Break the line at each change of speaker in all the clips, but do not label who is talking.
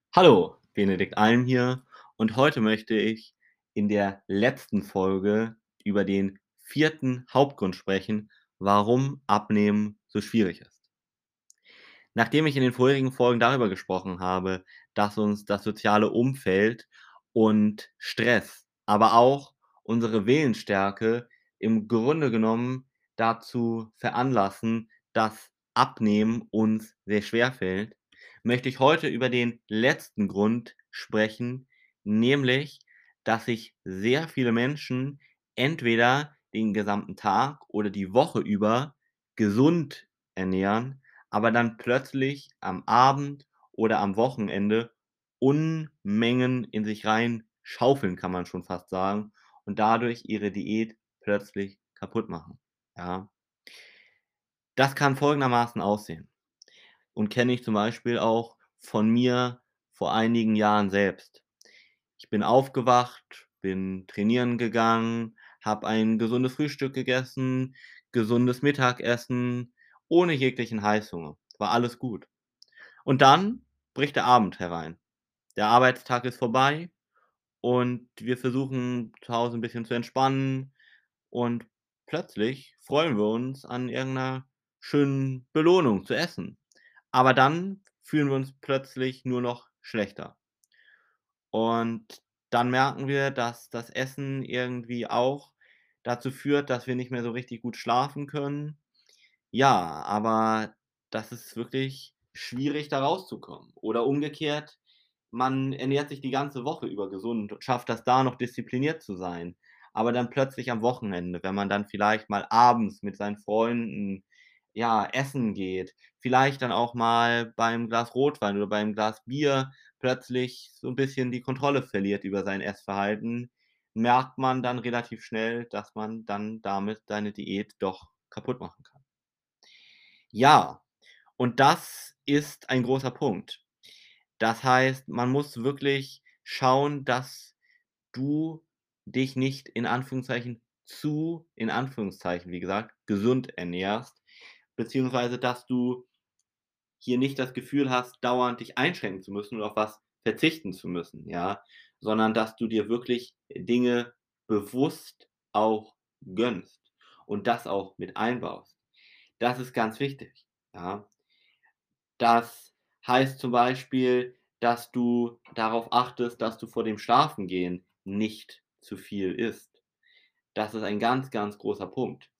Hallo, Benedikt Alm hier und heute möchte ich in der letzten Folge über den vierten Hauptgrund sprechen, warum Abnehmen so schwierig ist. Nachdem ich in den vorherigen Folgen darüber gesprochen habe, dass uns das soziale Umfeld und Stress, aber auch unsere Willensstärke im Grunde genommen dazu veranlassen, dass Abnehmen uns sehr schwer fällt, möchte ich heute über den letzten Grund sprechen, nämlich, dass sich sehr viele Menschen entweder den gesamten Tag oder die Woche über gesund ernähren, aber dann plötzlich am Abend oder am Wochenende Unmengen in sich rein schaufeln, kann man schon fast sagen, und dadurch ihre Diät plötzlich kaputt machen, ja? Das kann folgendermaßen aussehen und kenne ich zum Beispiel auch von mir vor einigen Jahren selbst. Ich bin aufgewacht, bin trainieren gegangen, habe ein gesundes Frühstück gegessen, gesundes Mittagessen, ohne jeglichen Heißhunger. War alles gut. Und dann bricht der Abend herein. Der Arbeitstag ist vorbei und wir versuchen zu Hause 'n bisschen zu entspannen und plötzlich freuen wir uns an irgend 'ner schönen Belohnung zu essen. Aber dann fühlen wir uns plötzlich nur noch schlechter. Und dann merken wir, dass das Essen irgendwie auch dazu führt, dass wir nicht mehr so richtig gut schlafen können. Ja, aber das ist wirklich schwierig, da rauszukommen. Oder umgekehrt, man ernährt sich die ganze Woche über gesund und schafft das da noch diszipliniert zu sein. Aber dann plötzlich am Wochenende, wenn man dann vielleicht mal abends mit seinen Freunden, ja, essen geht, vielleicht dann auch mal beim Glas Rotwein oder beim Glas Bier plötzlich so 'n bisschen die Kontrolle verliert über sein Essverhalten, merkt man dann relativ schnell, dass man dann damit seine Diät doch kaputt machen kann. Ja, und das ist ein großer Punkt. Das heißt, man muss wirklich schauen, dass du dich nicht in Anführungszeichen in Anführungszeichen, wie gesagt, gesund ernährst, beziehungsweise dass du hier nicht das Gefühl hast, dauernd dich einschränken zu müssen oder auf was verzichten zu müssen, ja, sondern dass du dir wirklich Dinge bewusst auch gönnst und das auch mit einbaust. Das ist ganz wichtig, ja. Das heißt zum Beispiel, dass du darauf achtest, dass du vor dem Schlafengehen nicht zu viel isst. Das ist ein ganz, ganz großer Punkt.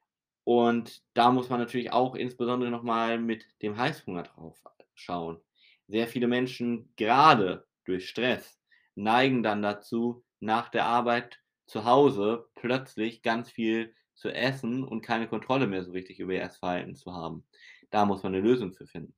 Und da muss man natürlich auch insbesondere noch mal mit dem Heißhunger drauf schauen. Sehr viele Menschen, grade durch Stress, neigen dann dazu, nach der Arbeit zu Hause plötzlich ganz viel zu essen und keine Kontrolle mehr so richtig über ihr Essverhalten zu haben. Da muss man 'ne Lösung für finden.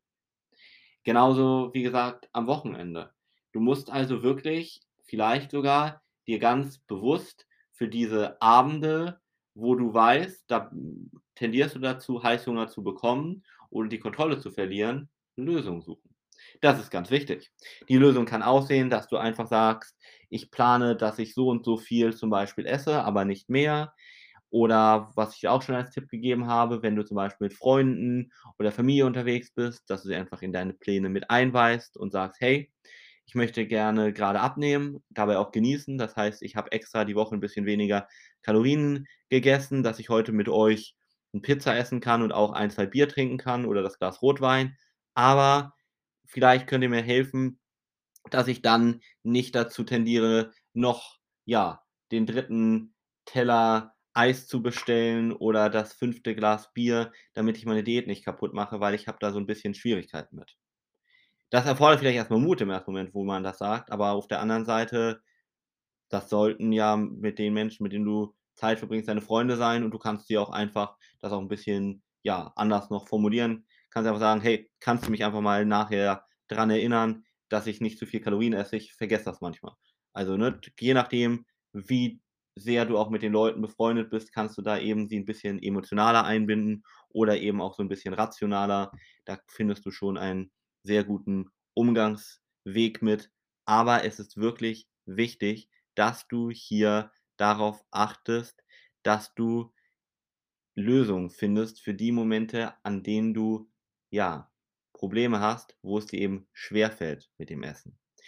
Genauso, wie gesagt, am Wochenende. Du musst also wirklich vielleicht sogar dir ganz bewusst für diese Abende, wo du weißt, da tendierst du dazu, Heißhunger zu bekommen oder die Kontrolle zu verlieren, 'ne Lösung suchen. Das ist ganz wichtig. Die Lösung kann aussehen, dass du einfach sagst: „Ich plane, dass ich so und so viel zum Beispiel esse, aber nicht mehr.“ Oder was ich dir auch schon als Tipp gegeben habe, wenn du zum Beispiel mit Freunden oder Familie unterwegs bist, dass du sie einfach in deine Pläne mit einweist und sagst: „Hey, ich möchte gerne grade abnehmen, dabei auch genießen. Das heißt, ich habe extra die Woche 'n bisschen weniger Kalorien gegessen, dass ich heute mit euch 'n Pizza essen kann und auch 1, 2 Bier trinken kann oder das Glas Rotwein. Aber vielleicht könnt ihr mir helfen, dass ich dann nicht dazu tendiere, noch, ja, den dritten Teller Eis zu bestellen oder das fünfte Glas Bier, damit ich meine Diät nicht kaputt mache, weil ich habe da so 'n bisschen Schwierigkeiten mit.“ Das erfordert vielleicht erst mal Mut im ersten Moment, wo man das sagt, aber auf der anderen Seite, das sollten ja mit den Menschen, mit denen du Zeit verbringst, deine Freunde sein und du kannst dir auch einfach das auch 'n bisschen, ja, anders noch formulieren. Kannst einfach sagen: „Hey, kannst du mich einfach mal nachher dran erinnern, dass ich nicht zu viel Kalorien esse? Ich vergesse das manchmal.“ Also, ne, je nachdem, wie sehr du auch mit den Leuten befreundet bist, kannst du da eben sie 'n bisschen emotionaler einbinden oder eben auch so 'n bisschen rationaler. Da findest du schon einen sehr guten Umgangsweg mit. Aber es ist wirklich wichtig, dass du hier darauf achtest, dass du Lösungen findest für die Momente, an denen du, ja, Probleme hast, wo es dir eben schwerfällt mit dem Essen.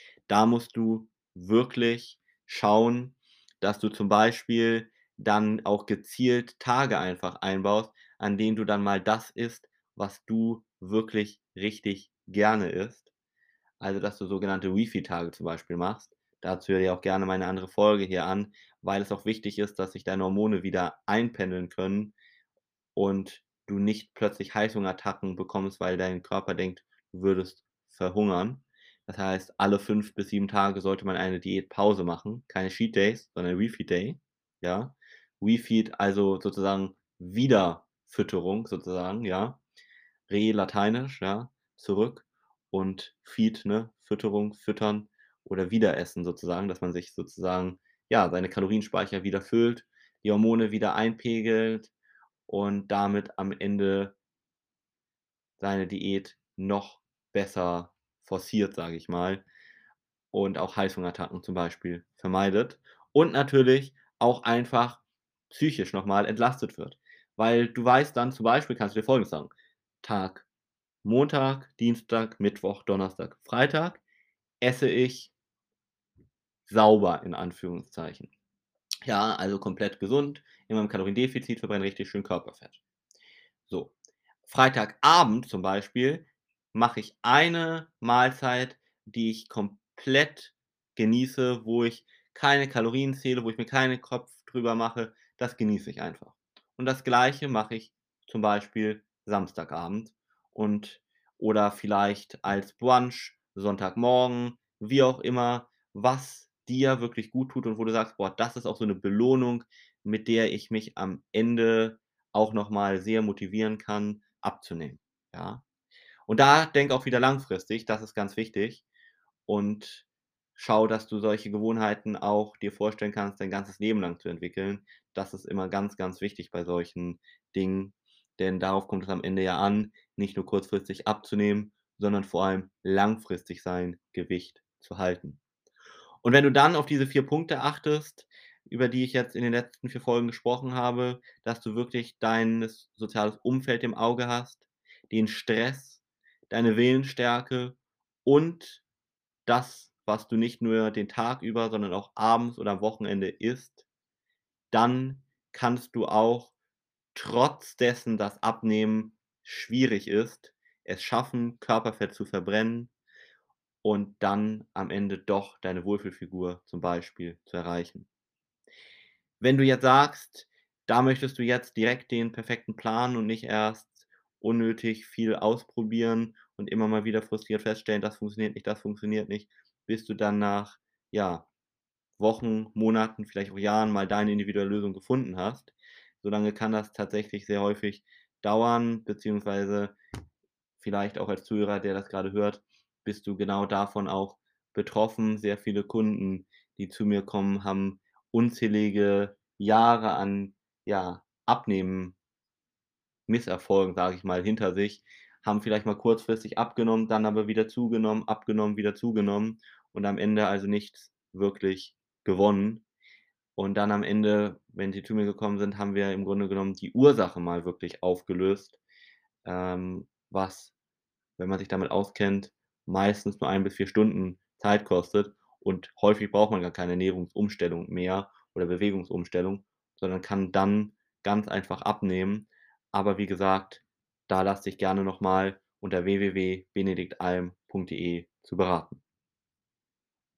Da musst du wirklich schauen, dass du zum Beispiel dann auch gezielt Tage einfach einbaust, an denen du dann mal das isst, was du wirklich richtig gerne isst. Also, dass du sogenannte Refeed-Tage zum Beispiel machst. Dazu hör dir auch gerne meine andere Folge hier an, weil es auch wichtig ist, dass sich deine Hormone wieder einpendeln können und du nicht plötzlich Heißhungerattacken bekommst, weil dein Körper denkt, du würdest verhungern. Das heißt, alle 5 bis 7 Tage sollte man eine Diätpause machen, keine Cheat Days, sondern Refeed Day, ja? Refeed, also sozusagen Wiederfütterung sozusagen, ja? Lateinisch, ja, zurück und Feed, ne, Fütterung, füttern oder Wiederessen sozusagen, dass man sich sozusagen, ja, seine Kalorienspeicher wieder füllt, die Hormone wieder einpegelt und damit am Ende seine Diät noch besser forciert, sage ich mal, und auch Heißhungerattacken zum Beispiel vermeidet und natürlich auch einfach psychisch noch mal entlastet wird. Weil du weißt dann zum Beispiel kannst du dir Folgendes sagen: Tag Montag, Dienstag, Mittwoch, Donnerstag, Freitag esse ich sauber in Anführungszeichen. Ja, also komplett gesund, immer im Kaloriendefizit, verbrenne richtig schön Körperfett. So, Freitagabend zum Beispiel mache ich eine Mahlzeit, die ich komplett genieße, wo ich keine Kalorien zähle, wo ich mir keinen Kopf drüber mache. Das genieße ich einfach. Und das Gleiche mache ich zum Beispiel Samstagabend und oder vielleicht als Brunch, Sonntagmorgen, wie auch immer, was dir wirklich gut tut und wo du sagst: „Boah, das ist auch so 'ne Belohnung, mit der ich mich am Ende auch noch mal sehr motivieren kann, abzunehmen, ja? Und da denk auch wieder langfristig, das ist ganz wichtig und schau, dass du solche Gewohnheiten auch dir vorstellen kannst, dein ganzes Leben lang zu entwickeln. Das ist immer ganz, ganz wichtig bei solchen Dingen, denn darauf kommt es am Ende ja an, nicht nur kurzfristig abzunehmen, sondern vor allem langfristig sein Gewicht zu halten. Und wenn du dann auf diese 4 Punkte achtest, über die ich jetzt in den letzten 4 Folgen gesprochen habe, dass du wirklich dein soziales Umfeld im Auge hast, den Stress, deine Willensstärke und das, was du nicht nur den Tag über, sondern auch abends oder am Wochenende isst, dann kannst du auch trotz dessen, dass Abnehmen schwierig ist, es schaffen, Körperfett zu verbrennen und dann am Ende doch deine Wohlfühlfigur zum Beispiel zu erreichen. Wenn du jetzt sagst, da möchtest du jetzt direkt den perfekten Plan und nicht erst unnötig viel ausprobieren und immer mal wieder frustriert feststellen: „Das funktioniert nicht, das funktioniert nicht“, bis du dann nach, ja, Wochen, Monaten, vielleicht auch Jahren mal deine individuelle Lösung gefunden hast. So lange kann das tatsächlich sehr häufig dauern, beziehungsweise vielleicht auch als Zuhörer, der das gerade hört, bist du genau davon auch betroffen. Sehr viele Kunden, die zu mir kommen, haben unzählige Jahre an, ja, Abnehmen Misserfolgen, sage ich mal, hinter sich, haben vielleicht mal kurzfristig abgenommen, dann aber wieder zugenommen, abgenommen, wieder zugenommen und am Ende also nichts wirklich gewonnen. Und dann am Ende, wenn sie zu mir gekommen sind, haben wir im Grunde genommen die Ursache mal wirklich aufgelöst, was, wenn man sich damit auskennt, meistens nur 1 bis 4 Stunden Zeit kostet und häufig braucht man gar keine Ernährungsumstellung mehr oder Bewegungsumstellung, sondern kann dann ganz einfach abnehmen. Aber wie gesagt, da lass dich gerne noch mal unter www.benediktalm.de zu beraten.